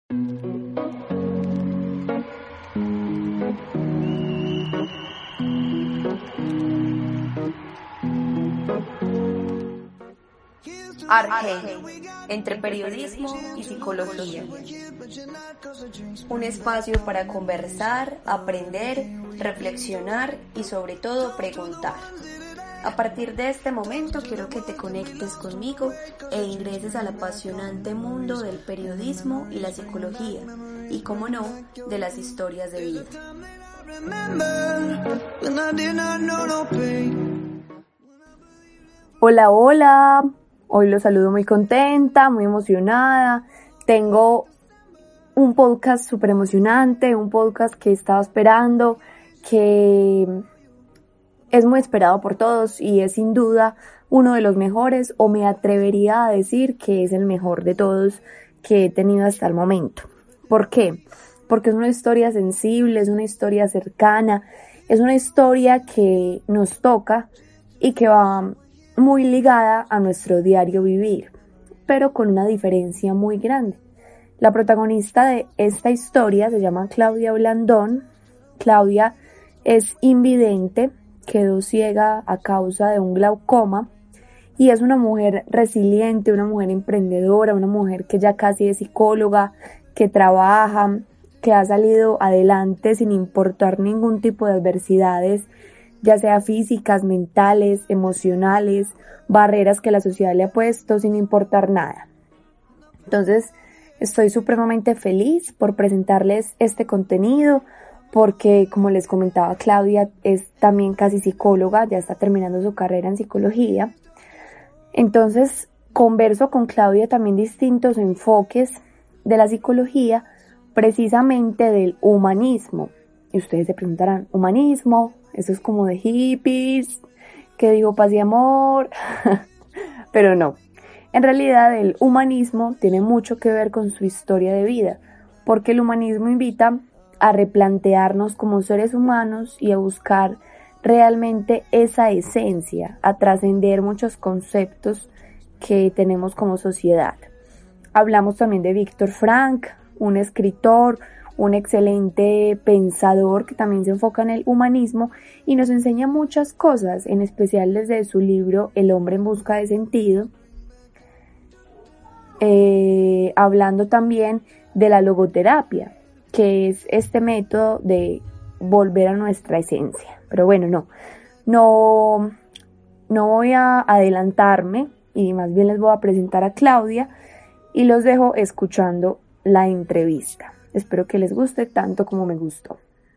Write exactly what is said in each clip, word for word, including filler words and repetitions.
Argel, entre periodismo y psicología. Un espacio para conversar, aprender, reflexionar y sobre todo preguntar. A partir de este momento quiero que te conectes conmigo e ingreses al apasionante mundo del periodismo y la psicología y, como no, de las historias de vida. Hola, hola. Hoy los saludo muy contenta, muy emocionada. Tengo un podcast súper emocionante, un podcast que estaba esperando, que es muy esperado por todos y es sin duda uno de los mejores, o me atrevería a decir que es el mejor de todos que he tenido hasta el momento. ¿Por qué? Porque es una historia sensible, es una historia cercana, es una historia que nos toca y que va muy ligada a nuestro diario vivir, pero con una diferencia muy grande. La protagonista de esta historia se llama Claudia Blandón. Claudia es invidente, quedó ciega a causa de un glaucoma y es una mujer resiliente, una mujer emprendedora, una mujer que ya casi es psicóloga, que trabaja, que ha salido adelante sin importar ningún tipo de adversidades, ya sea físicas, mentales, emocionales, barreras que la sociedad le ha puesto sin importar nada. Entonces, estoy supremamente feliz por presentarles este contenido, porque, como les comentaba, Claudia es también casi psicóloga, ya está terminando su carrera en psicología. Entonces, converso con Claudia también distintos enfoques de la psicología, precisamente del humanismo. Y ustedes se preguntarán, ¿humanismo? Eso es como de hippies, que digo paz y amor, pero no. En realidad el humanismo tiene mucho que ver con su historia de vida, porque el humanismo invita a replantearnos como seres humanos y a buscar realmente esa esencia, a trascender muchos conceptos que tenemos como sociedad. Hablamos también de Víctor Frank, un escritor, un excelente pensador que también se enfoca en el humanismo y nos enseña muchas cosas, en especial desde su libro El hombre en busca de sentido, eh, hablando también de la logoterapia, que es este método de volver a nuestra esencia. Pero bueno, no, no, no voy a adelantarme y más bien les voy a presentar a Claudia y los dejo escuchando la entrevista. Espero que les guste tanto como me gustó.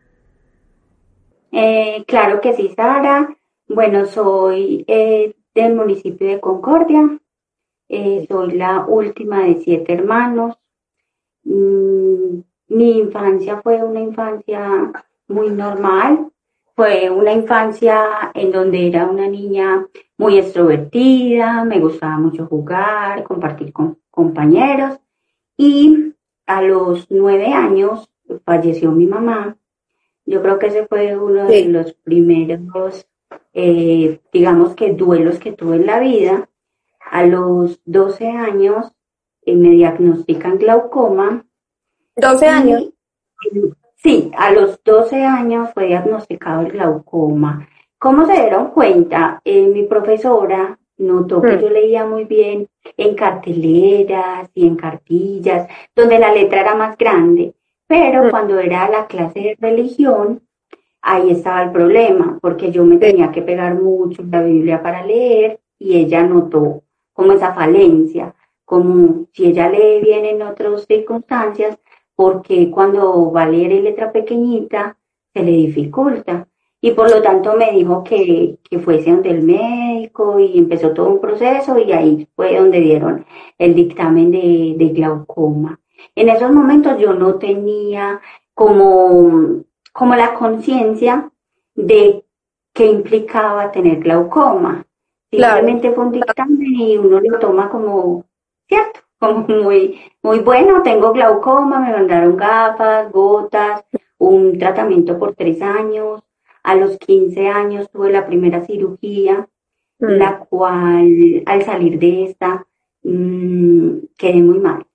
Eh, claro que sí, Sara. Bueno, soy eh, del municipio de Concordia. Eh, soy la última de siete hermanos. Mm, mi infancia fue una infancia muy normal. Fue una infancia en donde era una niña muy extrovertida, me gustaba mucho jugar, compartir con compañeros. Y a los nueve años falleció mi mamá. Yo creo que ese fue uno de los primeros, eh, digamos que duelos que tuve en la vida. A los doce años eh, me diagnostican glaucoma. ¿doce años? Sí, a los doce años fue diagnosticado el glaucoma. ¿Cómo se dieron cuenta? Eh, mi profesora notó que yo leía muy bien en carteleras y en cartillas, donde la letra era más grande, pero cuando era la clase de religión, ahí estaba el problema, porque yo me tenía que pegar mucho en la Biblia para leer, y ella notó como esa falencia, como si ella lee bien en otras circunstancias, porque cuando va a leer en letra pequeñita, se le dificulta. Y por lo tanto me dijo que, que fuese donde el médico y empezó todo un proceso y ahí fue donde dieron el dictamen de, de glaucoma. En esos momentos yo no tenía como, como la conciencia de qué implicaba tener glaucoma. Simplemente claro. Fue un dictamen y uno lo toma como, ¿cierto? Como muy, muy bueno, tengo glaucoma, me mandaron gafas, gotas, un tratamiento por tres años. A los quince años tuve la primera cirugía, mm. la cual al salir de esta mmm, quedé muy mal.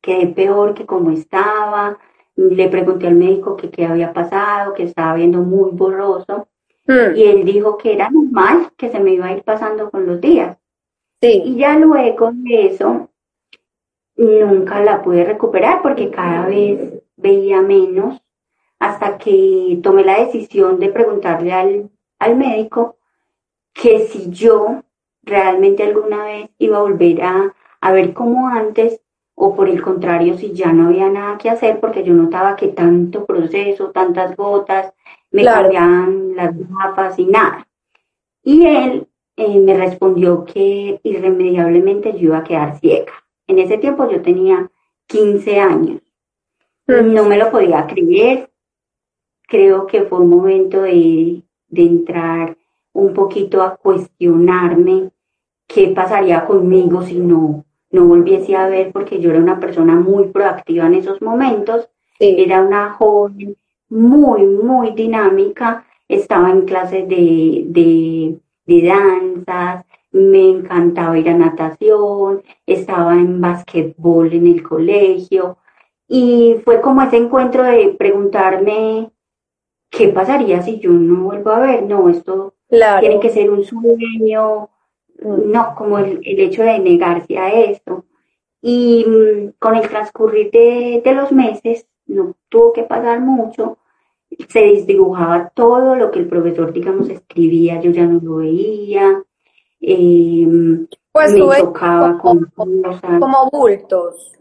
quedé peor que como estaba. Le pregunté al médico que qué había pasado, que estaba viendo muy borroso. Mm, Y él dijo que era normal, que se me iba a ir pasando con los días. sí, Y ya luego de eso, nunca la pude recuperar porque cada vez veía menos hasta que tomé la decisión de preguntarle al, al médico que si yo realmente alguna vez iba a volver a, a ver como antes o por el contrario si ya no había nada que hacer porque yo notaba que tanto proceso, tantas gotas, me claro. cambiaban las gafas y nada. Y él eh, me respondió que irremediablemente yo iba a quedar ciega. En ese tiempo yo tenía quince años. No Ujú. me lo podía creer. Creo que fue un momento de, de entrar un poquito a cuestionarme qué pasaría conmigo si no, no volviese a ver, porque yo era una persona muy proactiva en esos momentos. Sí, Era una joven muy, muy dinámica. Estaba en clases de, de, de danzas, me encantaba ir a natación, estaba en basquetbol en el colegio. Y fue como ese encuentro de preguntarme qué pasaría si yo no vuelvo a ver. No, esto tiene que claro. ser un sueño, Mm. no, como el, el hecho de negarse a esto. Y mm, con el transcurrir de, de los meses, no tuvo que pasar mucho, se desdibujaba todo lo que el profesor, digamos, escribía, yo ya no lo veía, eh, Pues me tuve chocaba como, con cosas. como bultos.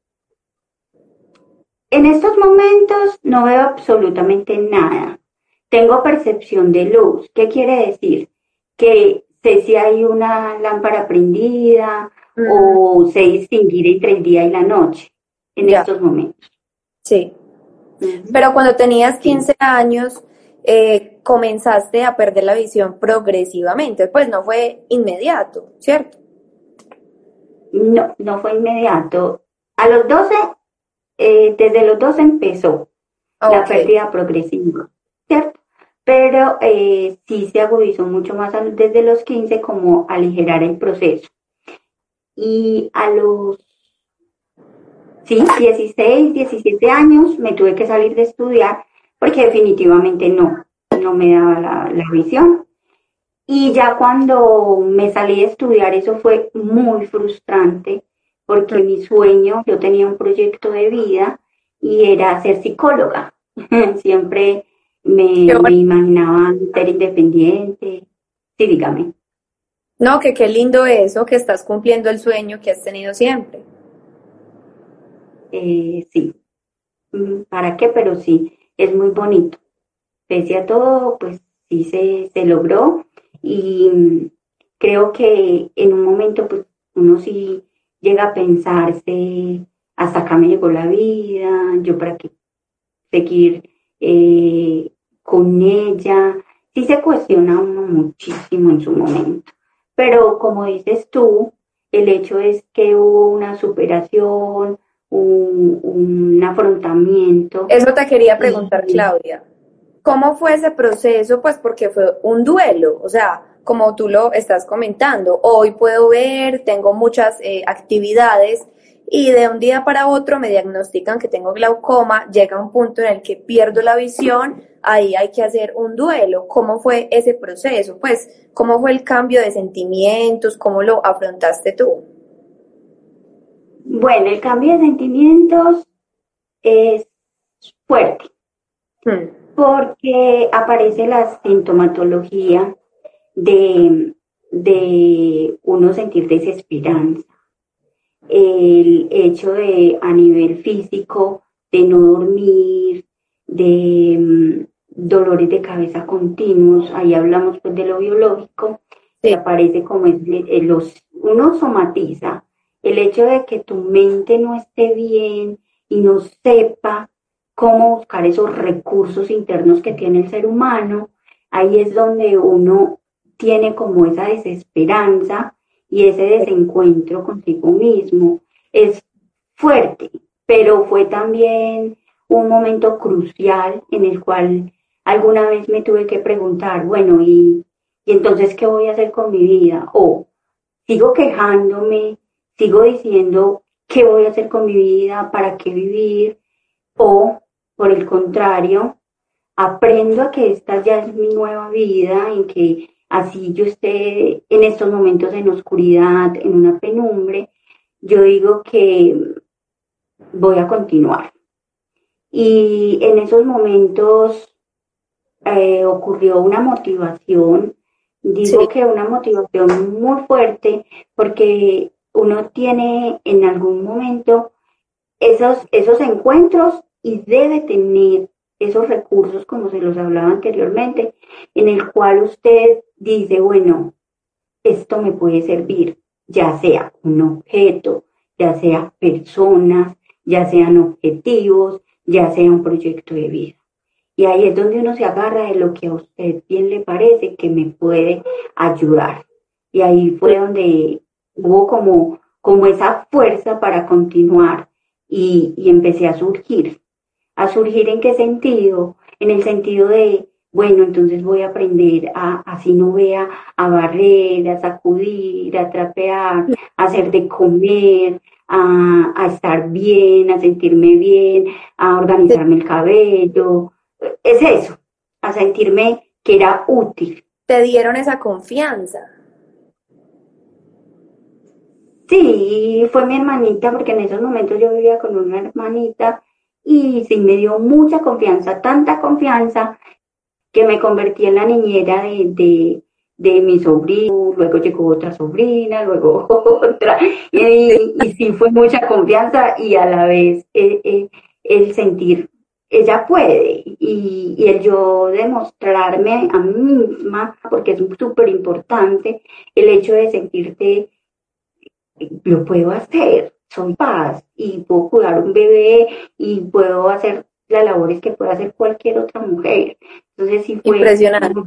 En estos momentos no veo absolutamente nada. Tengo percepción de luz. ¿Qué quiere decir? Que sé si hay una lámpara prendida Mm, o sé distinguir entre el día y la noche en ya, estos momentos. sí. Ujú. Pero cuando tenías Sí, quince años, eh, comenzaste a perder la visión progresivamente. Pues no fue inmediato, ¿cierto? no, no fue inmediato. A los doce, eh, desde los doce empezó la Ok. pérdida progresiva, ¿cierto? Pero eh, sí se agudizó mucho más a- desde los quince como aligerar el proceso. Y a los, sí, dieciséis, diecisiete años me tuve que salir de estudiar porque definitivamente no, no me daba la, la visión. Y ya cuando me salí de estudiar, eso fue muy frustrante Mm. porque mi sueño, yo tenía un proyecto de vida y era ser psicóloga. Siempre Qué me, me bueno. imaginaba ser independiente. Sí, dígame. No, que qué lindo eso, que estás cumpliendo el sueño que has tenido siempre. Eh, sí, Mm, ¿para qué? Pero sí, es muy bonito. Pese a todo, pues sí se, se logró y mm, creo que en un momento, pues uno sí llega a pensarse, hasta acá me llegó la vida, yo para qué seguir eh, con ella. Sí se cuestiona uno muchísimo en su momento, pero como dices tú, el hecho es que hubo una superación, un, un afrontamiento Eso te quería y preguntar, Claudia. ¿Cómo fue ese proceso? Pues porque fue un duelo, o sea, como tú lo estás comentando, hoy puedo ver, tengo muchas eh, actividades y de un día para otro me diagnostican que tengo glaucoma, llega un punto en el que pierdo la visión, ahí hay que hacer un duelo. ¿Cómo fue ese proceso? Pues, ¿cómo fue el cambio de sentimientos? ¿Cómo lo afrontaste tú? bueno, el cambio de sentimientos es fuerte Hmm. porque aparece la sintomatología de, de uno sentir desesperanza, el hecho de a nivel físico de no dormir, de mm, dolores de cabeza continuos, ahí hablamos pues de lo biológico, y Sí, aparece como es, eh, los, uno somatiza el hecho de que tu mente no esté bien y no sepa cómo buscar esos recursos internos que tiene el ser humano, ahí es donde uno tiene como esa desesperanza y ese desencuentro consigo mismo. Es fuerte, pero fue también un momento crucial en el cual alguna vez me tuve que preguntar, bueno, ¿y, y entonces qué voy a hacer con mi vida? O sigo quejándome, sigo diciendo ¿qué voy a hacer con mi vida? ¿Para qué vivir? O, por el contrario, aprendo a que esta ya es mi nueva vida, en que así yo esté en estos momentos en oscuridad, en una penumbre, yo digo que voy a continuar. Y en esos momentos eh, ocurrió una motivación, digo Sí. que una motivación muy fuerte, porque uno tiene en algún momento esos, esos encuentros y debe tener esos recursos, como se los hablaba anteriormente, en el cual usted dice, bueno, esto me puede servir, ya sea un objeto, ya sea personas, ya sean objetivos, ya sea un proyecto de vida. Y ahí es donde uno se agarra de lo que a usted bien le parece que me puede ayudar. Y ahí fue donde hubo como, como esa fuerza para continuar y, y empecé a surgir. ¿A surgir en qué sentido? En el sentido de, bueno, entonces voy a aprender a, así no vea, a barrer, a sacudir, a trapear, a hacer de comer, a, a estar bien, a sentirme bien, a organizarme el cabello. Es eso, a sentirme que era útil. Te dieron esa confianza. Sí, fue mi hermanita, porque en esos momentos yo vivía con una hermanita y sí me dio mucha confianza, tanta confianza que me convertí en la niñera de, de, de mi sobrino, luego llegó otra sobrina, luego otra, y, y sí fue mucha confianza y a la vez eh, eh, el sentir, ella puede, y, y el yo demostrarme a mí misma, porque es súper importante, el hecho de sentirte, lo puedo hacer, soy paz, y puedo cuidar un bebé, y puedo hacer las labores que puede hacer cualquier otra mujer. Entonces sí fue... Impresionante.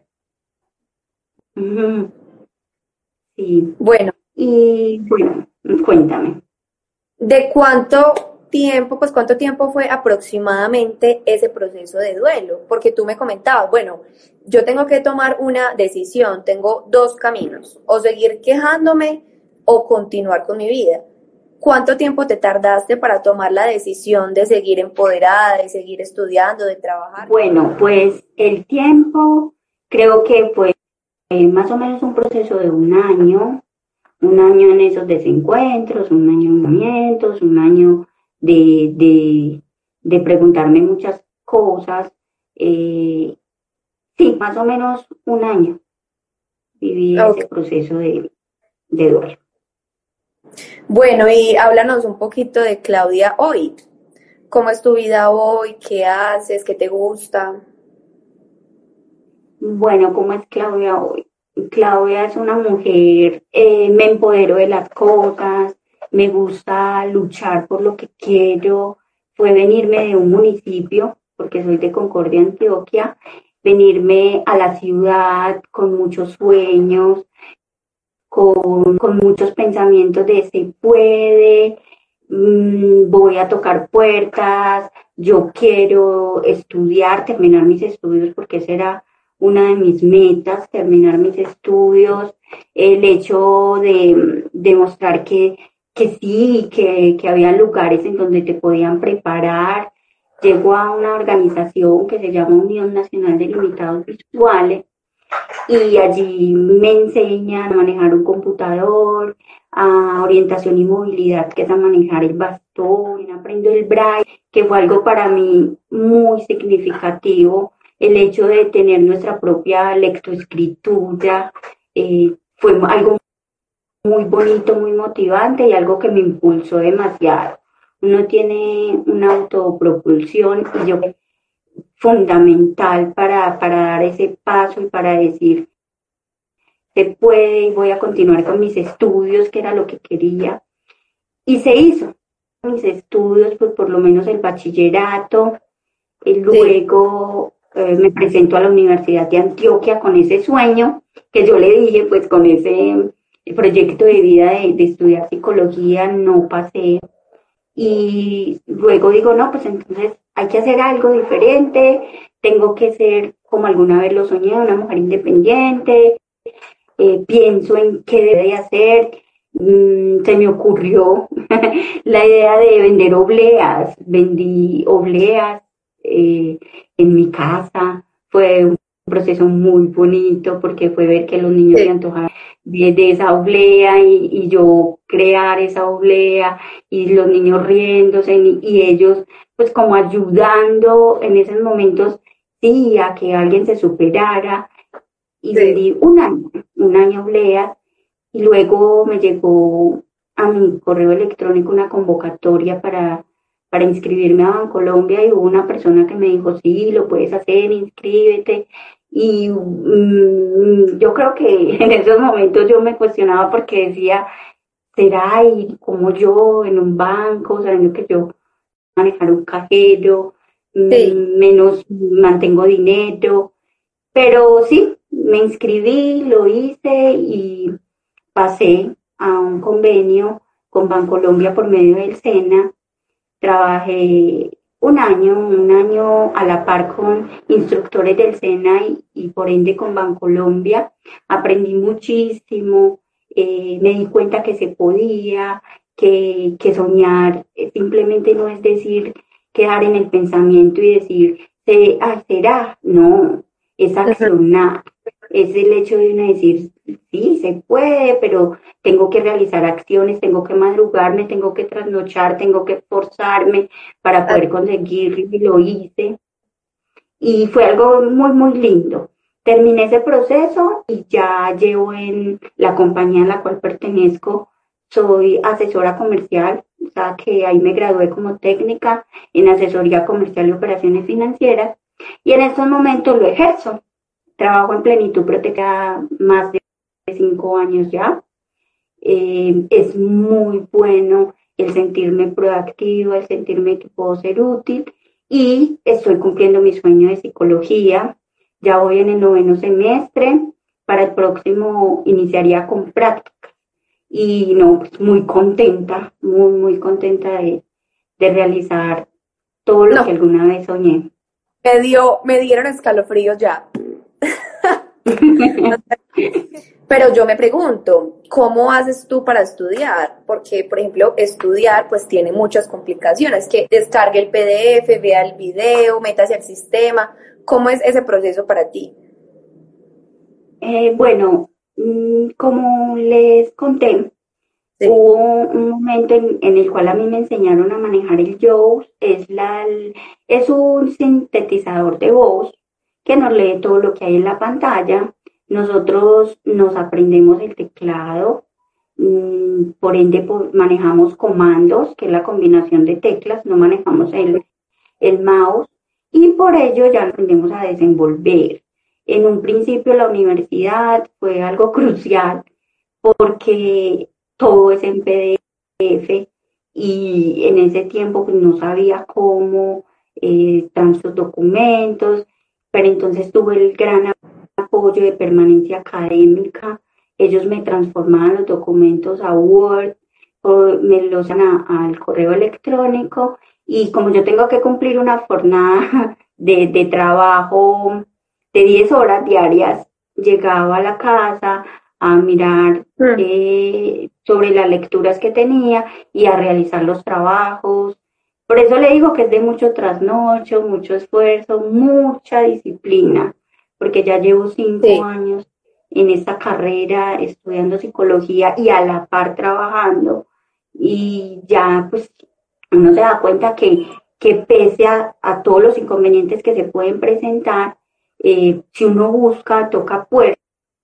Uh-huh. Sí. Bueno, Y bueno, cuéntame. ¿de cuánto tiempo, pues cuánto tiempo fue aproximadamente ese proceso de duelo? Porque tú me comentabas, bueno, yo tengo que tomar una decisión, tengo dos caminos, o seguir quejándome o continuar con mi vida. ¿Cuánto tiempo te tardaste para tomar la decisión de seguir empoderada, de seguir estudiando, de trabajar? Bueno, pues el tiempo creo que fue eh, más o menos un proceso de un año, un año en esos desencuentros, un año en movimientos, un año de, de, de preguntarme muchas cosas. Eh, sí, más o menos un año viví Okay. ese proceso de, de duelo. Bueno, y háblanos un poquito de Claudia hoy. ¿Cómo es tu vida hoy? ¿Qué haces? ¿Qué te gusta? Bueno, ¿cómo es Claudia hoy? Claudia es una mujer, eh, me empodero de las cosas, me gusta luchar por lo que quiero. Fue venirme de un municipio, porque soy de Concordia, Antioquia, venirme a la ciudad con muchos sueños, con, con muchos pensamientos de se puede, mmm, voy a tocar puertas, yo quiero estudiar, terminar mis estudios, porque esa era una de mis metas, terminar mis estudios, el hecho de demostrar que, que sí, que, que había lugares en donde te podían preparar. Llego a una organización que se llama Unión Nacional de Limitados Visuales, y allí me enseñan a manejar un computador, a orientación y movilidad, que es a manejar el bastón, aprendo el braille, que fue algo para mí muy significativo, el hecho de tener nuestra propia lectoescritura, eh, fue algo muy bonito, muy motivante y algo que me impulsó demasiado. Uno tiene una autopropulsión y yo fundamental para, para dar ese paso y para decir se puede y voy a continuar con mis estudios, que era lo que quería. Y se hizo mis estudios, pues por lo menos el bachillerato, y luego sí. eh, me presento a la Universidad de Antioquia con ese sueño que yo le dije, pues con ese proyecto de vida de, de estudiar psicología no pasé. Y luego digo, no, pues entonces hay que hacer algo diferente, tengo que ser, como alguna vez lo soñé, una mujer independiente, eh, pienso en qué debe hacer, mm, se me ocurrió la idea de vender obleas. Vendí obleas eh, en mi casa. Fue un proceso muy bonito porque fue ver que los niños se Sí. antojaban de, de esa oblea y, y yo crear esa oblea y los niños riéndose y, y ellos pues como ayudando en esos momentos, sí, a que alguien se superara. Y Sí. vendí un año, un año obleas y luego me llegó a mi correo electrónico una convocatoria para, para inscribirme a Bancolombia y hubo una persona que me dijo, sí, lo puedes hacer, inscríbete. Y mm, yo creo que en esos momentos yo me cuestionaba porque decía, ¿será y como yo en un banco, sabiendo que yo manejar un cajero, Sí. mm, menos mantengo dinero? Pero sí, me inscribí, lo hice y pasé a un convenio con Bancolombia por medio del SENA. Trabajé un año, un año a la par con instructores del SENA y, y por ende con Bancolombia. Aprendí muchísimo, eh, me di cuenta que se podía, que, que soñar eh, simplemente no es decir, quedar en el pensamiento y decir, se, ah, será, no, es Ujú. accionar, es el hecho de uno decir, sí, se puede, pero tengo que realizar acciones, tengo que madrugarme, tengo que trasnochar, tengo que esforzarme para Ah, poder conseguirlo y lo hice. Y fue algo muy, muy lindo. Terminé ese proceso y ya llevo en la compañía a la cual pertenezco, soy asesora comercial, o sea que ahí me gradué como técnica en asesoría comercial y operaciones financieras y en estos momentos lo ejerzo. Trabajo en Plenitud Protectora más de cinco años ya. Eh, es muy bueno el sentirme proactiva, el sentirme que puedo ser útil y estoy cumpliendo mi sueño de psicología. Ya voy en el noveno semestre, para el próximo iniciaría con práctica y no, pues muy contenta, muy, muy contenta de, de realizar todo lo que no, alguna vez soñé. me dio, me dieron escalofríos ya. Pero yo me pregunto, ¿cómo haces tú para estudiar? Porque, por ejemplo, estudiar pues tiene muchas complicaciones, que descargue el P D F, vea el video, métase al sistema. ¿Cómo es ese proceso para ti? Eh, bueno, mm, como les conté, Sí, hubo un momento en, en el cual a mí me enseñaron a manejar el JAWS, es, la, es un sintetizador de voz que nos lee todo lo que hay en la pantalla. Nosotros nos aprendemos el teclado, mm, por ende por- manejamos comandos, que es la combinación de teclas, no manejamos el, el mouse y por ello ya aprendemos a desenvolver. En un principio la universidad fue algo crucial porque todo es en P D F y en ese tiempo pues no sabía cómo eh, tantos documentos, pero entonces tuve el gran apoyo de permanencia académica. Ellos me transformaban los documentos a Word, o me los dan a- al correo electrónico y como yo tengo que cumplir una jornada de, de trabajo de diez horas diarias, llegaba a la casa a mirar mm, eh, sobre las lecturas que tenía y a realizar los trabajos. Por eso le digo que es de mucho trasnocho, mucho esfuerzo, mucha disciplina, porque ya llevo cinco sí. años en esta carrera estudiando psicología y a la par trabajando y ya pues uno se da cuenta que, que pese a, a todos los inconvenientes que se pueden presentar, eh, si uno busca, toca puertas,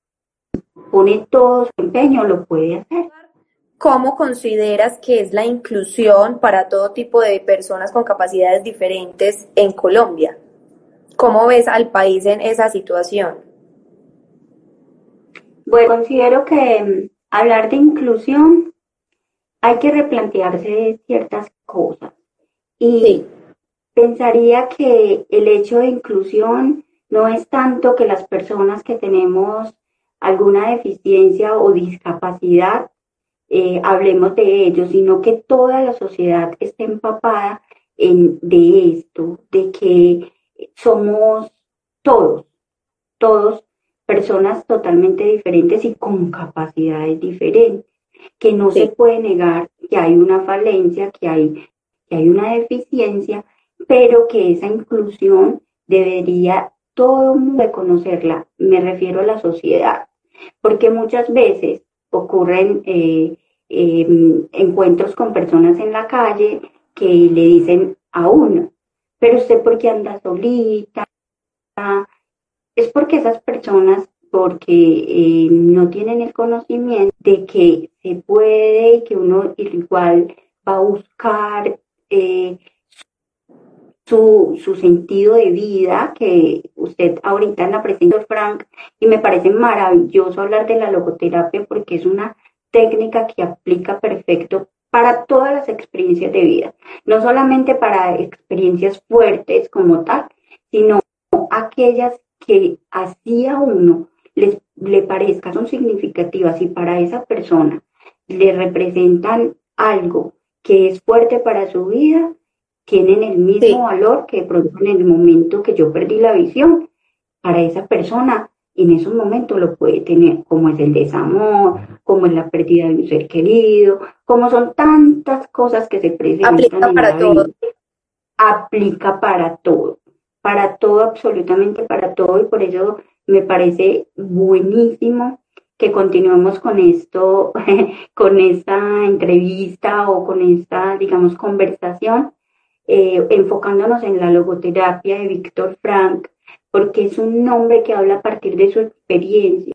pone todo su empeño, lo puede hacer. ¿Cómo consideras que es la inclusión para todo tipo de personas con capacidades diferentes en Colombia? ¿Cómo ves al país en esa situación? Bueno, considero que mm, hablar de inclusión hay que replantearse ciertas cosas Sí, y pensaría que el hecho de inclusión no es tanto que las personas que tenemos alguna deficiencia o discapacidad eh, hablemos de ello, sino que toda la sociedad esté empapada en, de esto, de que somos todos, todos personas totalmente diferentes y con capacidades diferentes. que no Sí. se puede negar que hay una falencia, que hay, que hay una deficiencia, pero que esa inclusión debería todo el mundo conocerla. Me refiero a la sociedad, porque muchas veces ocurren eh, eh, encuentros con personas en la calle que le dicen a uno, pero usted por qué anda solita, es porque esas personas, porque eh, no tienen el conocimiento de que se puede y que uno igual va a buscar eh, su, su sentido de vida, que usted ahorita en la presentación, Frank, y me parece maravilloso hablar de la logoterapia porque es una técnica que aplica perfecto para todas las experiencias de vida, no solamente para experiencias fuertes como tal, sino aquellas que así a uno les, le parezca son significativas y para esa persona le representan algo que es fuerte para su vida, tienen el mismo Sí. valor que de pronto en el momento que yo perdí la visión, para esa persona en esos momentos lo puede tener, como es el desamor, como es la pérdida de un ser querido, como son tantas cosas que se presentan Aplica en para la todo. vida, aplica para todo, para todo, absolutamente para todo, y por eso me parece buenísimo que continuemos con esto, con esta entrevista o con esta, digamos, conversación, eh, enfocándonos en la logoterapia de Víctor Frank, porque es un nombre que habla a partir de su experiencia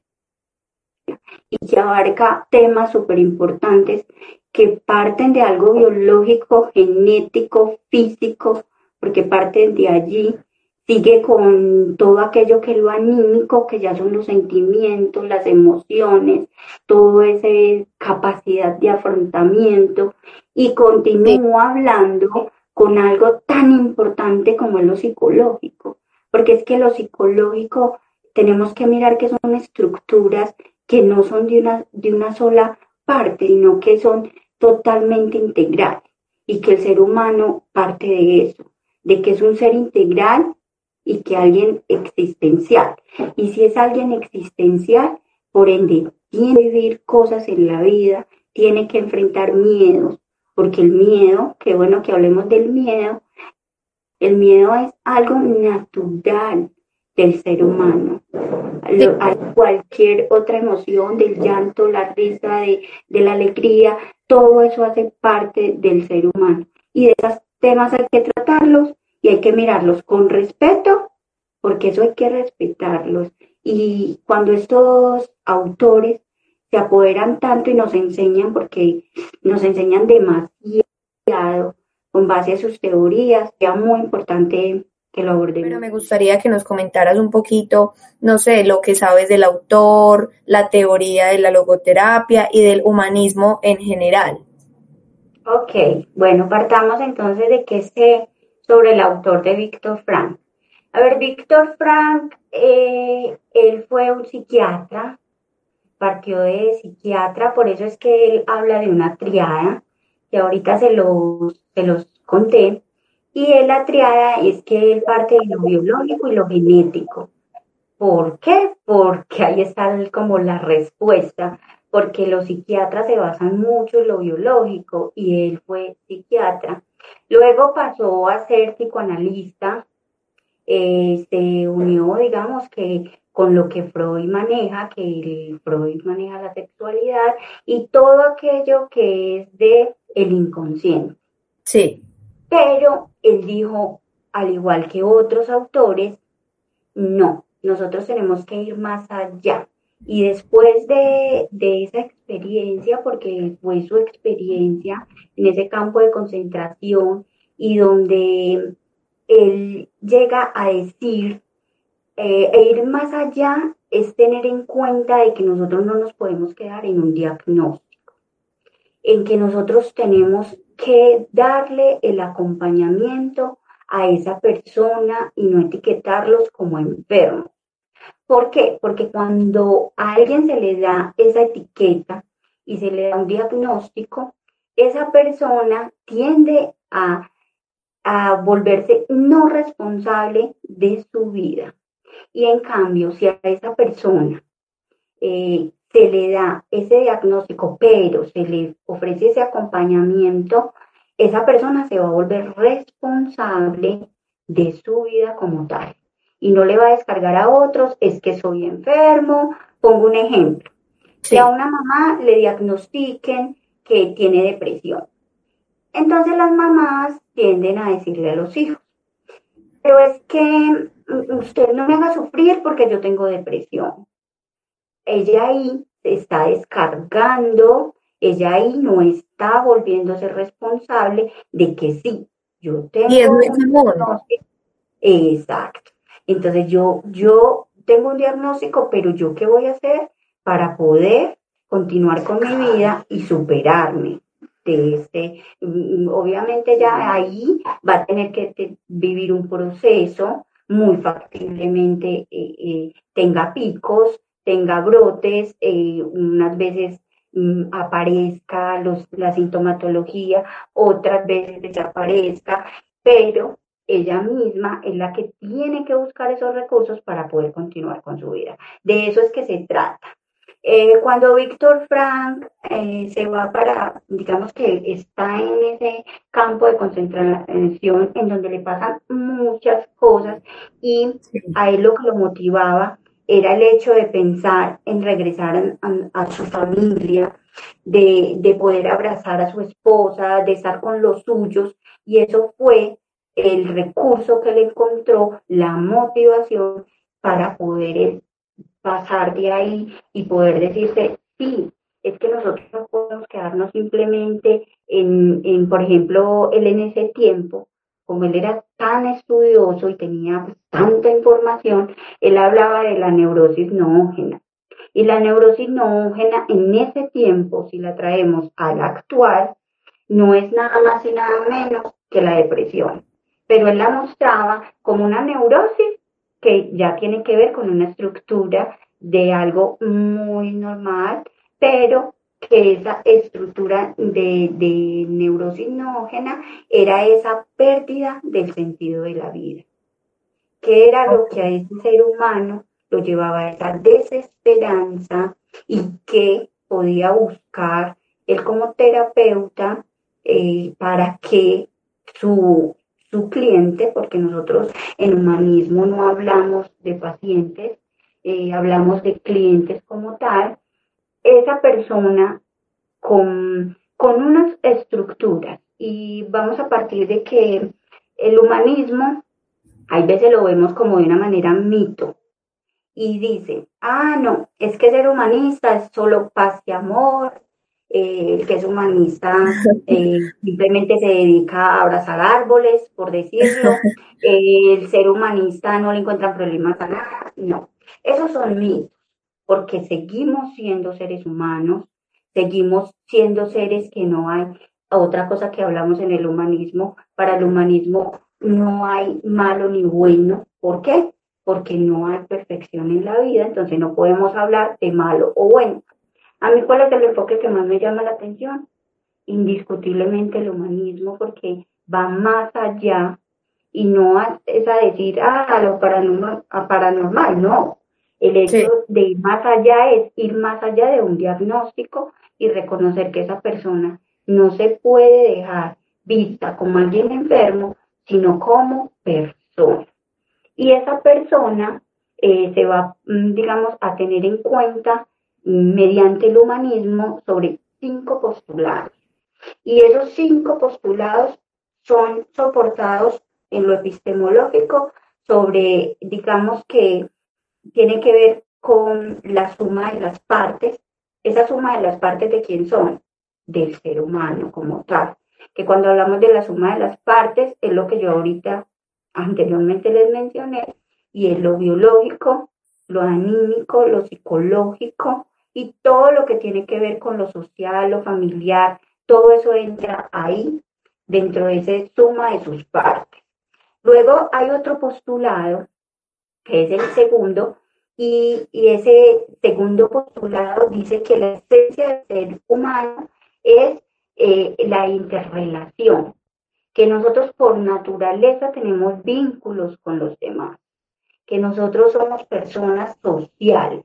y que abarca temas súper importantes que parten de algo biológico, genético, físico, porque parten de allí, sigue con todo aquello que es lo anímico, que ya son los sentimientos, las emociones, toda esa capacidad de afrontamiento, y Sí. continúa hablando con algo tan importante como es lo psicológico, porque es que lo psicológico tenemos que mirar que son estructuras que no son de una, de una sola parte, sino que son totalmente integrales y que el ser humano parte de eso, de que es un ser integral y que alguien existencial. Y si es alguien existencial, por ende, tiene que vivir cosas en la vida, tiene que enfrentar miedos, porque el miedo, qué bueno que hablemos del miedo, el miedo es algo natural del ser humano. Sí. A cualquier otra emoción, del llanto, la risa, de, de la alegría, todo eso hace parte del ser humano. Y de esos temas hay que tratarlos y hay que mirarlos con respeto, porque eso hay que respetarlos. Y cuando estos autores se apoderan tanto y nos enseñan, porque nos enseñan demasiado con base a sus teorías, es muy importante que lo abordemos. Pero me gustaría que nos comentaras un poquito, no sé, lo que sabes del autor, la teoría de la logoterapia y del humanismo en general. Ok, bueno, partamos entonces de que sé sobre el autor de Víctor Frank. A ver, Víctor Frank, eh, él fue un psiquiatra, partió de psiquiatra, por eso es que él habla de una triada, que ahorita se los, se los conté, y él, la triada es que él parte de lo biológico y lo genético. ¿Por qué? Porque ahí está el- como la respuesta, porque los psiquiatras se basan mucho en lo biológico y él fue psiquiatra. Luego pasó a ser psicoanalista, eh, se unió, digamos, que con lo que Freud maneja, que el Freud maneja la sexualidad y todo aquello que es de el inconsciente. Sí. Pero él dijo, al igual que otros autores, no, nosotros tenemos que ir más allá. Y después de, de esa experiencia, porque fue su experiencia en ese campo de concentración y donde él llega a decir, eh, e ir más allá es tener en cuenta de que nosotros no nos podemos quedar en un diagnóstico, en que nosotros tenemos que darle el acompañamiento a esa persona y no etiquetarlos como enfermos. ¿Por qué? Porque cuando a alguien se le da esa etiqueta y se le da un diagnóstico, esa persona tiende a, a volverse no responsable de su vida. Y en cambio, si a esa persona eh, se le da ese diagnóstico, pero se le ofrece ese acompañamiento, esa persona se va a volver responsable de su vida como tal. Y no le va a descargar a otros, es que soy enfermo. Pongo un ejemplo. Sí. Que a una mamá le diagnostiquen que tiene depresión. Entonces las mamás tienden a decirle a los hijos, pero es que usted no me haga sufrir porque yo tengo depresión. Ella ahí se está descargando, ella ahí no está volviéndose responsable de que sí, yo Y es tengo muy un común. diagnóstico. Exacto. Entonces yo, yo tengo un diagnóstico, pero yo qué voy a hacer para poder continuar con mi vida y superarme de este. Obviamente ya ahí va a tener que te, vivir un proceso muy factiblemente, eh, eh, tenga picos, tenga brotes, eh, unas veces mm, aparezca los, la sintomatología, otras veces desaparezca, pero ella misma es la que tiene que buscar esos recursos para poder continuar con su vida. De eso es que se trata. Eh, cuando Víctor Frank eh, se va para, digamos que está en ese campo de concentración en donde le pasan muchas cosas y a él lo que lo motivaba era el hecho de pensar en regresar a, a, a su familia, de, de poder abrazar a su esposa, de estar con los suyos, y eso fue el recurso que le encontró, la motivación para poder pasar de ahí y poder decirse, sí, es que nosotros no podemos quedarnos simplemente en, en, por ejemplo, él en ese tiempo, como él era tan estudioso y tenía pues, tanta información, él hablaba de la neurosis noógena. Y la neurosis noógena en ese tiempo, si la traemos al actual, no es nada más y nada menos que la depresión. Pero él la mostraba como una neurosis que ya tiene que ver con una estructura de algo muy normal, pero que esa estructura de, de neurosis noógena era esa pérdida del sentido de la vida, que era lo que a ese ser humano lo llevaba a esa desesperanza y que podía buscar él como terapeuta eh, para que su, su cliente, porque nosotros en humanismo no hablamos de pacientes, eh, hablamos de clientes como tal, esa persona con, con unas estructuras, y vamos a partir de que el humanismo hay veces lo vemos como de una manera mito, y dice, ah, no, es que ser humanista es solo paz y amor, eh, el que es humanista eh, simplemente se dedica a abrazar árboles, por decirlo, eh, el ser humanista no le encuentran problemas a nada, no, esos son mitos, porque seguimos siendo seres humanos, seguimos siendo seres que no hay, otra cosa que hablamos en el humanismo, para el humanismo no hay malo ni bueno, ¿por qué? Porque no hay perfección en la vida, entonces no podemos hablar de malo o bueno. A mí, ¿cuál es el enfoque que más me llama la atención? Indiscutiblemente el humanismo, porque va más allá y no es a decir, ah, lo paranormal, a paranormal, no. El hecho Sí. de ir más allá es ir más allá de un diagnóstico y reconocer que esa persona no se puede dejar vista como alguien enfermo, sino como persona. Y esa persona eh, se va, digamos, a tener en cuenta mediante el humanismo sobre cinco postulados. Y esos cinco postulados son soportados en lo epistemológico sobre, digamos que tiene que ver con la suma de las partes. Esa suma de las partes, ¿de quién son? Del ser humano como tal. Que cuando hablamos de la suma de las partes es lo que yo ahorita anteriormente les mencioné, y es lo biológico, lo anímico, lo psicológico y todo lo que tiene que ver con lo social, lo familiar, todo eso entra ahí dentro de esa suma de sus partes. Luego hay otro postulado, que es el segundo, y, y ese segundo postulado dice que la esencia del ser humano es eh, la interrelación, que nosotros por naturaleza tenemos vínculos con los demás, que nosotros somos personas sociales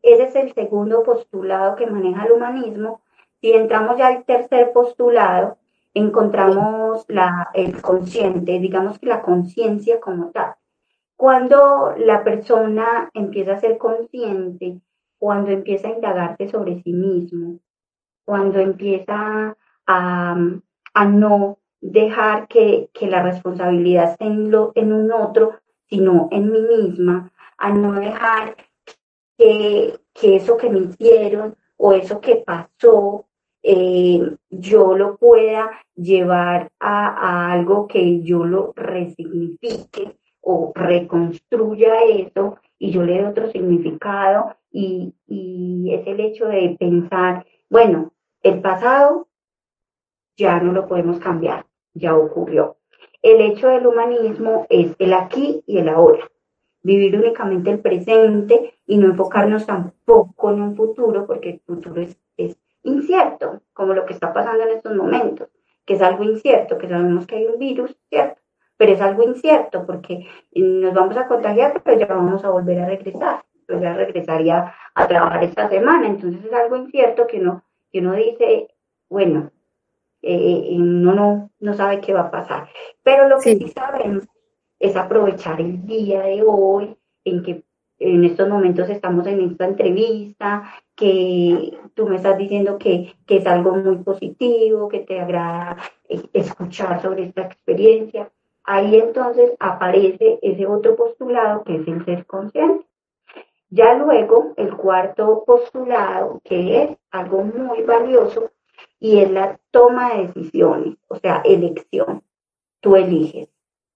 ese es el segundo postulado que maneja el humanismo. Si entramos ya al tercer postulado, encontramos la, el consciente, digamos que la conciencia como tal. Cuando la persona empieza a ser consciente, cuando empieza a indagarse sobre sí mismo, cuando empieza a, a no dejar que, que la responsabilidad esté en, lo, en un otro, sino en mí misma, a no dejar que, que eso que me hicieron o eso que pasó, eh, yo lo pueda llevar a, a algo que yo lo resignifique o reconstruya eso y yo le dé otro significado y, y es el hecho de pensar, bueno, el pasado ya no lo podemos cambiar, ya ocurrió. El hecho del humanismo es el aquí y el ahora. Vivir únicamente el presente y no enfocarnos tampoco en un futuro, porque el futuro es, es incierto, como lo que está pasando en estos momentos, que es algo incierto, que sabemos que hay un virus, ¿cierto? Pero es algo incierto porque nos vamos a contagiar, pero ya vamos a volver a regresar. Yo ya regresaría a trabajar esta semana, entonces es algo incierto que uno, que uno dice, bueno, eh, uno no, no sabe qué va a pasar. Pero lo que sí, sí sabemos es aprovechar el día de hoy, en que en estos momentos estamos en esta entrevista, que tú me estás diciendo que, que es algo muy positivo, que te agrada escuchar sobre esta experiencia. Ahí entonces aparece ese otro postulado que es el ser consciente. Ya luego el cuarto postulado, que es algo muy valioso, y es la toma de decisiones, o sea, elección. Tú eliges.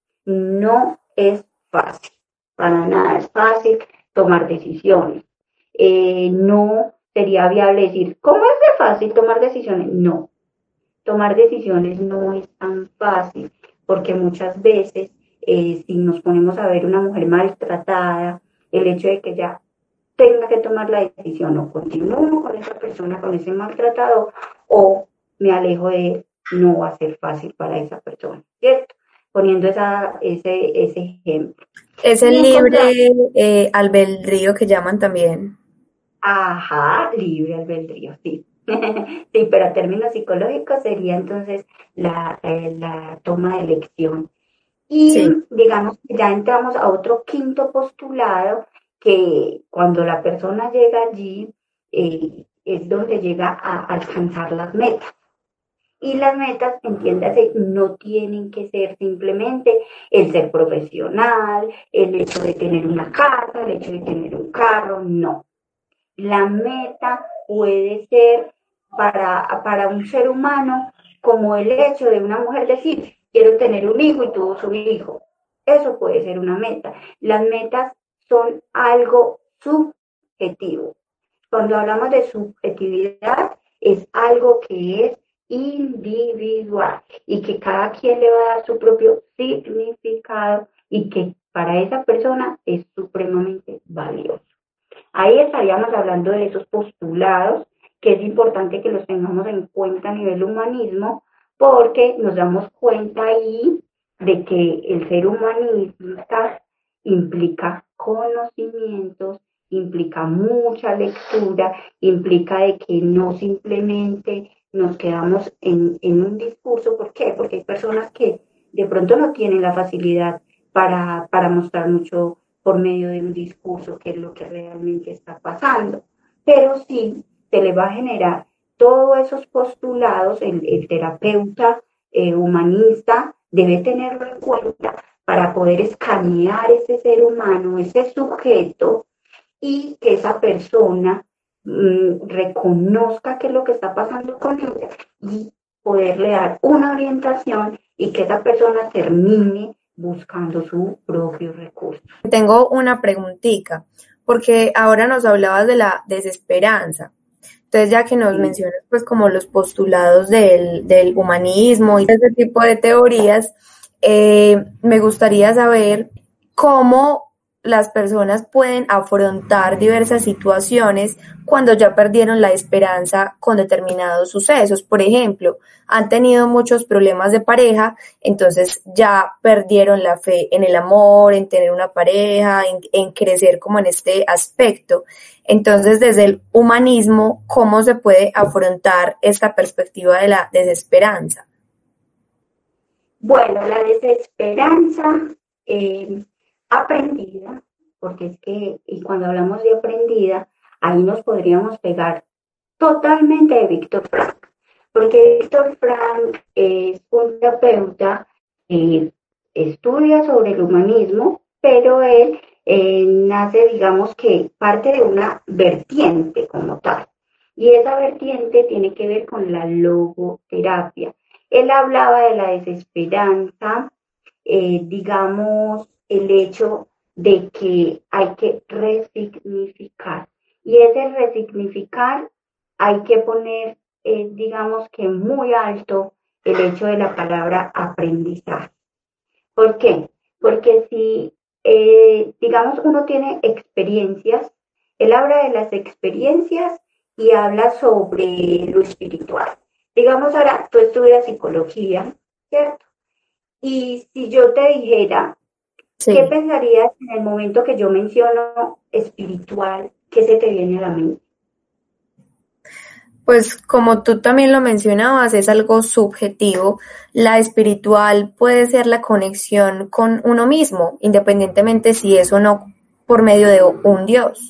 No es fácil, para nada es fácil tomar decisiones. Eh, no sería viable decir, ¿cómo es de fácil tomar decisiones? No, tomar decisiones no es tan fácil, porque muchas veces, eh, si nos ponemos a ver una mujer maltratada, el hecho de que ella tenga que tomar la decisión, o continúo con esa persona, con ese maltratado, o me alejo de él, no va a ser fácil para esa persona, ¿cierto? Poniendo esa, ese, ese ejemplo. Es el libre eh, albedrío que llaman también. Ajá, libre albedrío, sí. Sí, pero a términos psicológicos sería entonces la, eh, la toma de elección. Y sí, digamos que ya entramos a otro quinto postulado, que cuando la persona llega allí, eh, es donde llega a alcanzar las metas. Y las metas, entiéndase, no tienen que ser simplemente el ser profesional, el hecho de tener una casa, el hecho de tener un carro, no. La meta puede ser para, para un ser humano como el hecho de una mujer decir, quiero tener un hijo y tuvo su hijo. Eso puede ser una meta. Las metas son algo subjetivo. Cuando hablamos de subjetividad, es algo que es individual y que cada quien le va a dar su propio significado y que para esa persona es supremamente valioso. Ahí estaríamos hablando de esos postulados, que es importante que los tengamos en cuenta a nivel humanismo, porque nos damos cuenta ahí de que el ser humanista implica conocimientos, implica mucha lectura, implica de que no simplemente nos quedamos en, en un discurso. ¿Por qué? Porque hay personas que de pronto no tienen la facilidad para, para mostrar mucho por medio de un discurso qué es lo que realmente está pasando. Pero sí se le va a generar todos esos postulados, el, el terapeuta eh, humanista debe tenerlo en cuenta para poder escanear ese ser humano, ese sujeto, y que esa persona mmm, reconozca qué es lo que está pasando con ella y poderle dar una orientación y que esa persona termine buscando su propio recurso. Tengo una preguntita, porque ahora nos hablabas de la desesperanza. Entonces, ya que nos sí. mencionas pues como los postulados del, del humanismo y ese tipo de teorías, eh, me gustaría saber cómo las personas pueden afrontar diversas situaciones cuando ya perdieron la esperanza con determinados sucesos. Por ejemplo, han tenido muchos problemas de pareja, entonces ya perdieron la fe en el amor, en tener una pareja, en, en crecer como en este aspecto. Entonces, desde el humanismo, ¿cómo se puede afrontar esta perspectiva de la desesperanza? Bueno, la desesperanza eh, aprendida, porque es que, y cuando hablamos de aprendida, ahí nos podríamos pegar totalmente de Víctor Frank, porque Víctor Frank es un terapeuta que estudia sobre el humanismo, pero él eh, nace, digamos que parte de una vertiente como tal, y esa vertiente tiene que ver con la logoterapia. Él hablaba de la desesperanza, eh, digamos, el hecho de que hay que resignificar. Y ese resignificar hay que poner, eh, digamos que muy alto el hecho de la palabra aprendizaje. ¿Por qué? Porque si, eh, digamos, uno tiene experiencias, él habla de las experiencias y habla sobre lo espiritual. Digamos, ahora tú estudias psicología, ¿cierto? Y si yo te dijera, sí, ¿qué pensarías en el momento que yo menciono espiritual? ¿Qué se te viene a la mente? Pues como tú también lo mencionabas, es algo subjetivo. La espiritual puede ser la conexión con uno mismo, independientemente si es o no por medio de un Dios.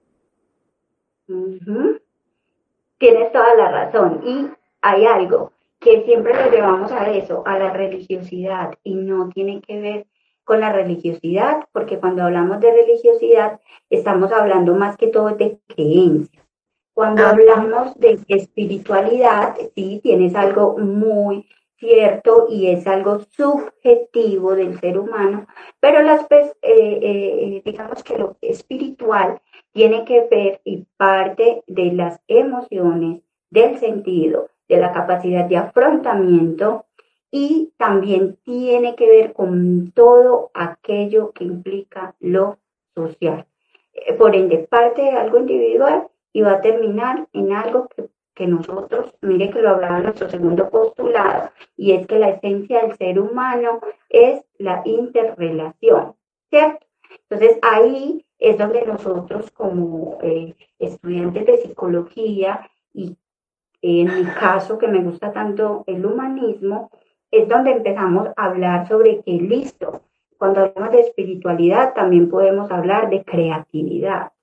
Uh-huh. Tienes toda la razón. Y hay algo que siempre lo llevamos a eso, a la religiosidad, y no tiene que ver con la religiosidad, porque cuando hablamos de religiosidad estamos hablando más que todo de creencias. Cuando ah. hablamos de espiritualidad, sí, tienes algo muy cierto y es algo subjetivo del ser humano, pero las, eh, eh, digamos que lo espiritual tiene que ver y parte de las emociones, del sentido, de la capacidad de afrontamiento y también tiene que ver con todo aquello que implica lo social. Por ende, parte de algo individual y va a terminar en algo que, que nosotros, mire que lo hablaba en nuestro segundo postulado, y es que la esencia del ser humano es la interrelación, ¿cierto? Entonces ahí es donde nosotros como eh, estudiantes de psicología y en mi caso que me gusta tanto el humanismo, es donde empezamos a hablar sobre que listo, cuando hablamos de espiritualidad también podemos hablar de creatividad,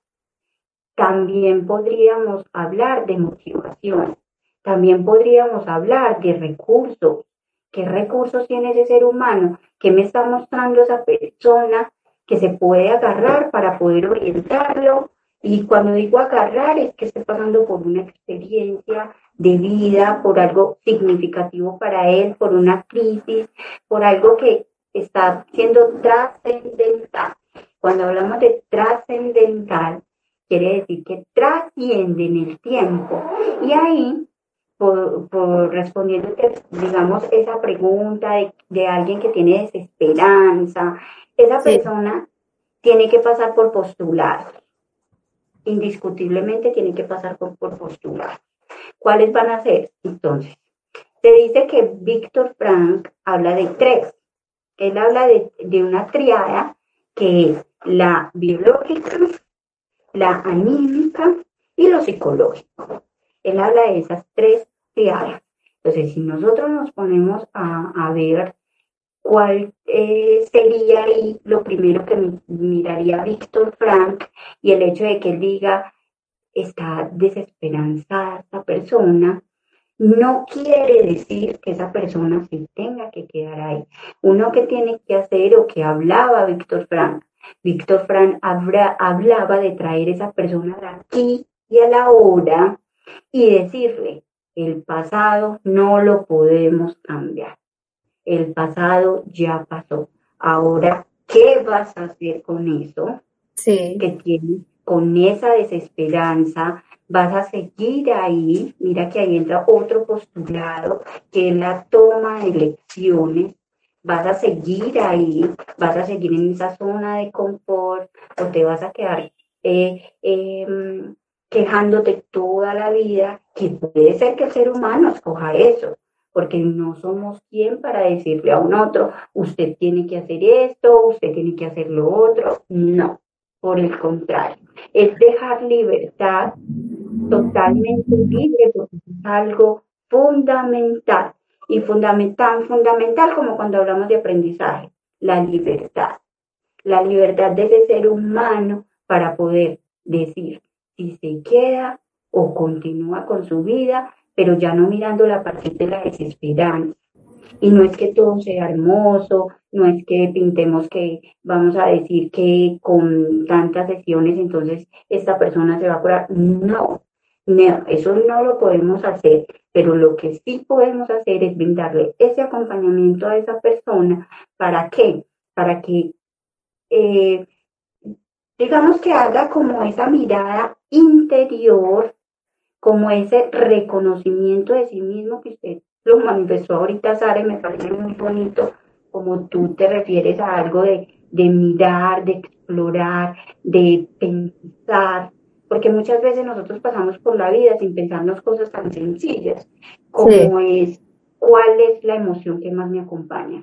también podríamos hablar de motivación, también podríamos hablar de recursos, qué recursos tiene ese ser humano, qué me está mostrando esa persona que se puede agarrar para poder orientarlo. Y cuando digo agarrar es que esté pasando por una experiencia de vida, por algo significativo para él, por una crisis, por algo que está siendo trascendental. Cuando hablamos de trascendental, quiere decir que trasciende en el tiempo. Y ahí, por, por respondiéndote, digamos, esa pregunta de, de alguien que tiene desesperanza, esa sí. persona tiene que pasar por postulados. Indiscutiblemente tiene que pasar por, por postulados. ¿Cuáles van a ser? Entonces, se dice que Víctor Frank habla de tres. Él habla de, de una triada que es la biológica, la anímica y lo psicológico. Él habla de esas tres triadas. Entonces, si nosotros nos ponemos a, a ver cuál eh, sería ahí lo primero que mi, miraría Víctor Frank, y el hecho de que él diga está desesperanzada esta persona, no quiere decir que esa persona se tenga que quedar ahí. Uno que tiene que hacer, o que hablaba Víctor Frank, Víctor Frank habla, hablaba de traer esa persona de aquí y a la hora y decirle, el pasado no lo podemos cambiar. El pasado ya pasó. Ahora, ¿qué vas a hacer con eso? Sí. Que tienes, con esa desesperanza, vas a seguir ahí. Mira que ahí entra otro postulado, que es la toma de lecciones. ¿Vas a seguir ahí? ¿Vas a seguir en esa zona de confort? ¿O te vas a quedar eh, eh, quejándote toda la vida? Que puede ser que el ser humano escoja eso, porque no somos quien para decirle a un otro, usted tiene que hacer esto, usted tiene que hacer lo otro. No, por el contrario, es dejar libertad, totalmente libre, porque es algo fundamental. Y fundamental, fundamental como cuando hablamos de aprendizaje, la libertad. La libertad de ese ser humano para poder decir si se queda o continúa con su vida, pero ya no mirando a partir de la desesperanza. Y no es que todo sea hermoso, no es que pintemos que vamos a decir que con tantas sesiones entonces esta persona se va a curar. No, no, eso no lo podemos hacer, pero lo que sí podemos hacer es brindarle ese acompañamiento a esa persona. ¿Para qué? Para que, eh, digamos que haga como esa mirada interior, como ese reconocimiento de sí mismo que usted lo manifestó ahorita, Sara, y me parece muy bonito, como tú te refieres a algo de, de mirar, de explorar, de pensar, porque muchas veces nosotros pasamos por la vida sin pensarnos cosas tan sencillas, como Sí, es, ¿cuál es la emoción que más me acompaña?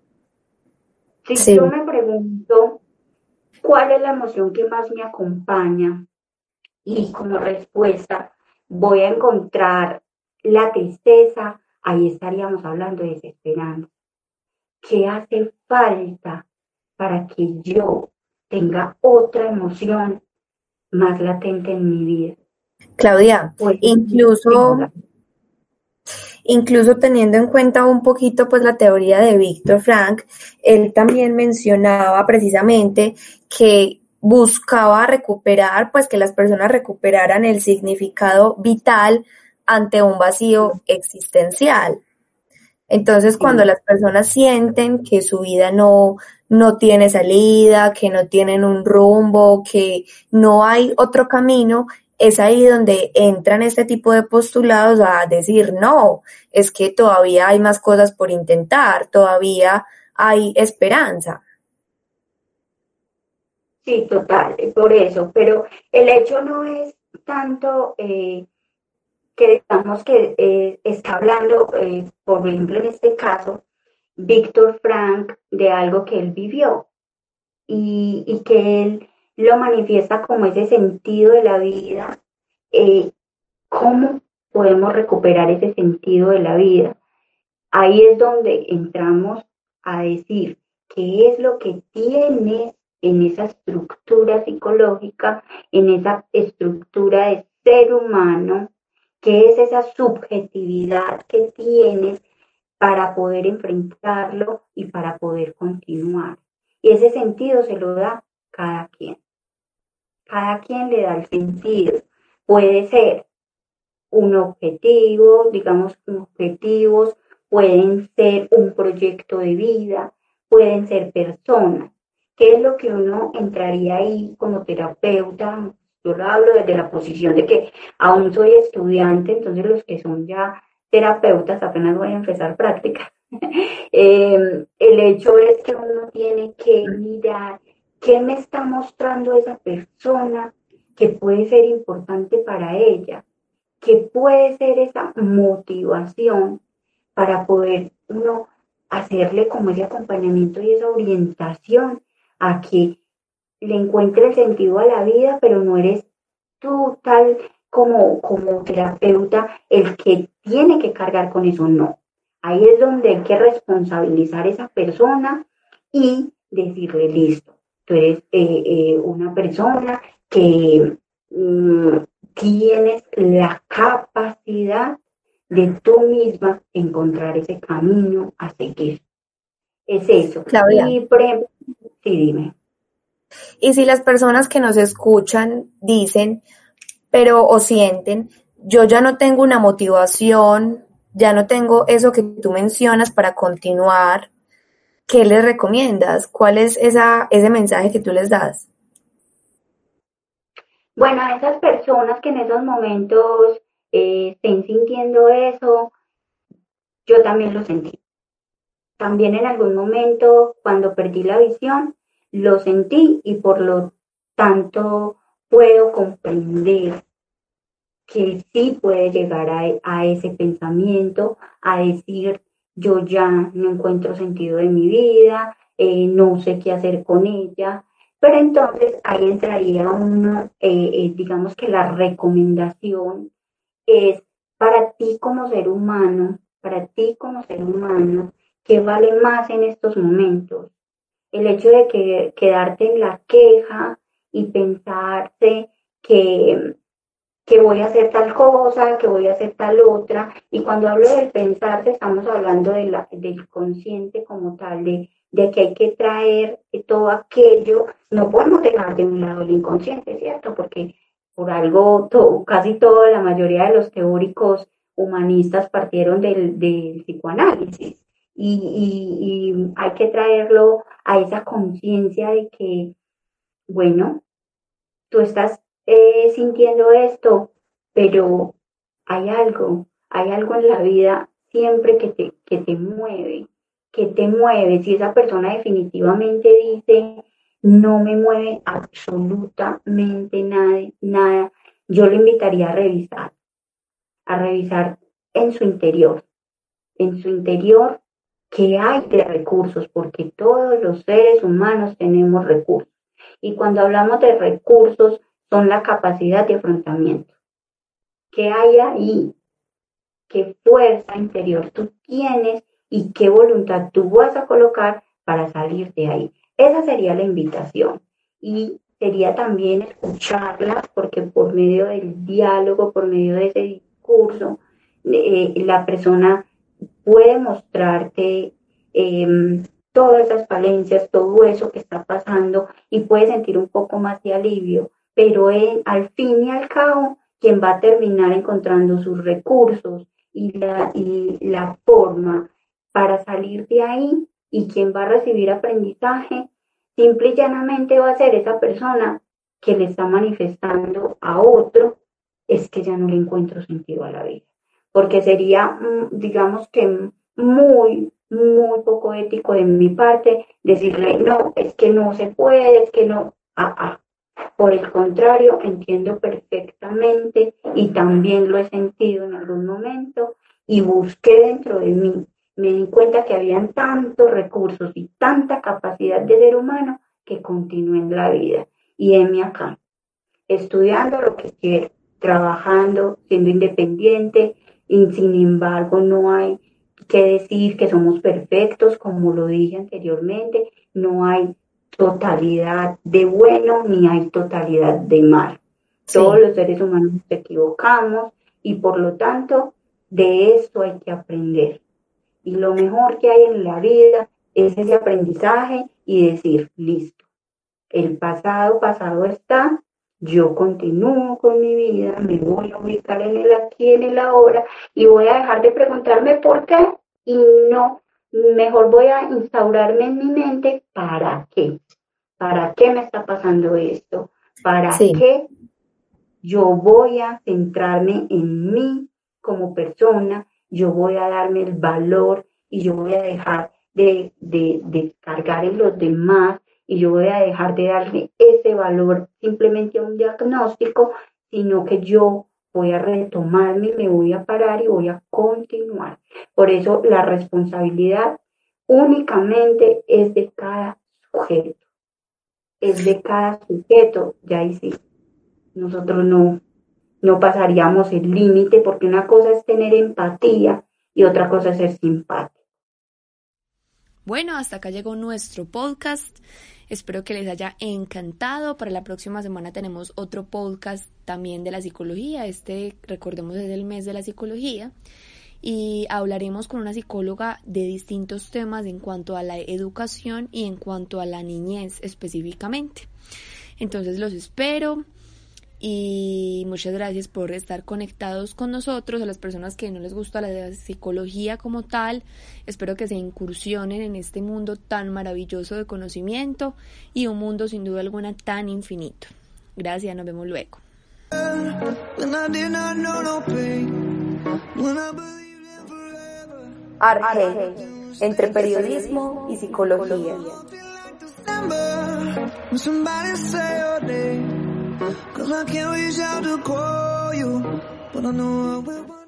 Si sí, yo me pregunto, ¿cuál es la emoción que más me acompaña? Y como respuesta voy a encontrar la tristeza, ahí estaríamos hablando de desesperanza. ¿Qué hace falta para que yo tenga otra emoción más latente en mi vida? Claudia, Pues incluso, incluso teniendo en cuenta un poquito pues la teoría de Víctor Frank, él también mencionaba precisamente que buscaba recuperar, pues que las personas recuperaran el significado vital ante un vacío existencial. Entonces, cuando sí, las personas sienten que su vida no, no tiene salida, que no tienen un rumbo, que no hay otro camino, es ahí donde entran este tipo de postulados a decir, no, es que todavía hay más cosas por intentar, todavía hay esperanza. sí, total, por eso, pero el hecho no es tanto eh, que digamos que eh, está hablando, eh, por ejemplo, en este caso, Víctor Frank, de algo que él vivió y, y que él lo manifiesta como ese sentido de la vida. eh, ¿Cómo podemos recuperar ese sentido de la vida? Ahí es donde entramos a decir qué es lo que tienes en esa estructura psicológica, en esa estructura de ser humano, qué es esa subjetividad que tienes para poder enfrentarlo y para poder continuar. Y ese sentido se lo da cada quien. Cada quien le da el sentido. Puede ser un objetivo, digamos, objetivos, pueden ser un proyecto de vida, pueden ser personas. ¿Qué es lo que uno entraría ahí como terapeuta? Yo lo hablo desde la posición de que aún soy estudiante, entonces los que son ya terapeutas, apenas voy a empezar práctica. Eh, el hecho es que uno tiene que mirar qué me está mostrando esa persona que puede ser importante para ella, que puede ser esa motivación para poder uno hacerle como ese acompañamiento y esa orientación a que le encuentre el sentido a la vida, pero no eres tú tal como, como terapeuta el que tiene que cargar con eso, no. Ahí es donde hay que responsabilizar a esa persona y decirle, listo, tú eres eh, eh, una persona que mm, tienes la capacidad de tú misma encontrar ese camino a seguir. Es eso. Claudia, Y, por ejemplo, sí, dime. y si las personas que nos escuchan dicen, pero o sienten, yo ya no tengo una motivación, ya no tengo eso que tú mencionas para continuar, ¿qué les recomiendas? ¿Cuál es esa, ese mensaje que tú les das? Bueno, a esas personas que en esos momentos eh, estén sintiendo eso, yo también lo sentí. también en algún momento, cuando perdí la visión, lo sentí y por lo tanto puedo comprender que sí puede llegar a, a ese pensamiento, a decir, yo ya no encuentro sentido de mi vida, eh, no sé qué hacer con ella, pero entonces ahí entraría uno, eh, eh, digamos que la recomendación es para ti como ser humano, para ti como ser humano, ¿qué vale más en estos momentos? El hecho de que, quedarte en la queja y pensarse que que voy a hacer tal cosa, que voy a hacer tal otra. Y cuando hablo del pensar, estamos hablando de la, del consciente como tal, de, de que hay que traer todo aquello. No podemos dejar de un lado el inconsciente, ¿cierto? Porque por algo, to, casi toda la mayoría de los teóricos humanistas partieron del, del psicoanálisis. Y, y, y hay que traerlo a esa conciencia de que, bueno, tú estás eh, sintiendo esto, pero hay algo, hay algo en la vida siempre que te, que te mueve, que te mueve. Si esa persona definitivamente dice, no me mueve absolutamente nada, nada, yo lo invitaría a revisar, a revisar en su interior, en su interior qué hay de recursos, porque todos los seres humanos tenemos recursos. Y cuando hablamos de recursos, son la capacidad de afrontamiento. ¿Qué hay ahí? ¿Qué fuerza interior tú tienes y qué voluntad tú vas a colocar para salir de ahí? Esa sería la invitación. Y sería también escucharla, porque por medio del diálogo, por medio de ese discurso, eh, la persona puede mostrarte eh, todas esas falencias, todo eso que está pasando y puede sentir un poco más de alivio, pero él, al fin y al cabo, quien va a terminar encontrando sus recursos y la, y la forma para salir de ahí y quien va a recibir aprendizaje, simple y llanamente va a ser esa persona que le está manifestando a otro, es que ya no le encuentro sentido a la vida. Porque sería, digamos que muy, muy poco ético de mi parte decirle, no, es que no se puede, es que no, ah, ah. Por el contrario, entiendo perfectamente y también lo he sentido en algún momento y busqué dentro de mí, me di cuenta que habían tantos recursos y tanta capacidad de ser humano que continué en la vida. Y heme acá, estudiando lo que quiero, trabajando, siendo independiente, y sin embargo no hay que decir que somos perfectos, como lo dije anteriormente, no hay totalidad de bueno ni hay totalidad de mal. Sí. Todos los seres humanos nos equivocamos y por lo tanto de esto hay que aprender. Y lo mejor que hay en la vida es ese aprendizaje y decir, listo, el pasado, pasado está, yo continúo con mi vida, me voy a ubicar en el aquí, en el ahora, y voy a dejar de preguntarme por qué, y no, mejor voy a instaurarme en mi mente para qué, para qué me está pasando esto, para sí. qué yo voy a centrarme en mí como persona, yo voy a darme el valor y yo voy a dejar de, de, de cargar en los demás y yo voy a dejar de darle ese valor simplemente a un diagnóstico, sino que yo voy a retomarme, me voy a parar y voy a continuar. Por eso la responsabilidad únicamente es de cada sujeto, es de cada sujeto, ya ahí sí, nosotros no, no pasaríamos el límite porque una cosa es tener empatía y otra cosa es ser simpático. Bueno, hasta acá llegó nuestro podcast. Espero que les haya encantado. Para la próxima semana tenemos otro podcast también de la psicología. Este, recordemos, es el mes de la psicología. Y hablaremos con una psicóloga de distintos temas en cuanto a la educación y en cuanto a la niñez específicamente. Entonces los espero. Y muchas gracias por estar conectados con nosotros. A las personas que no les gusta la psicología como tal, espero que se incursionen en este mundo tan maravilloso de conocimiento y un mundo sin duda alguna tan infinito. Gracias, nos vemos luego. Arge, entre periodismo y psicología. Cause I can't reach out to call you, but I know I will.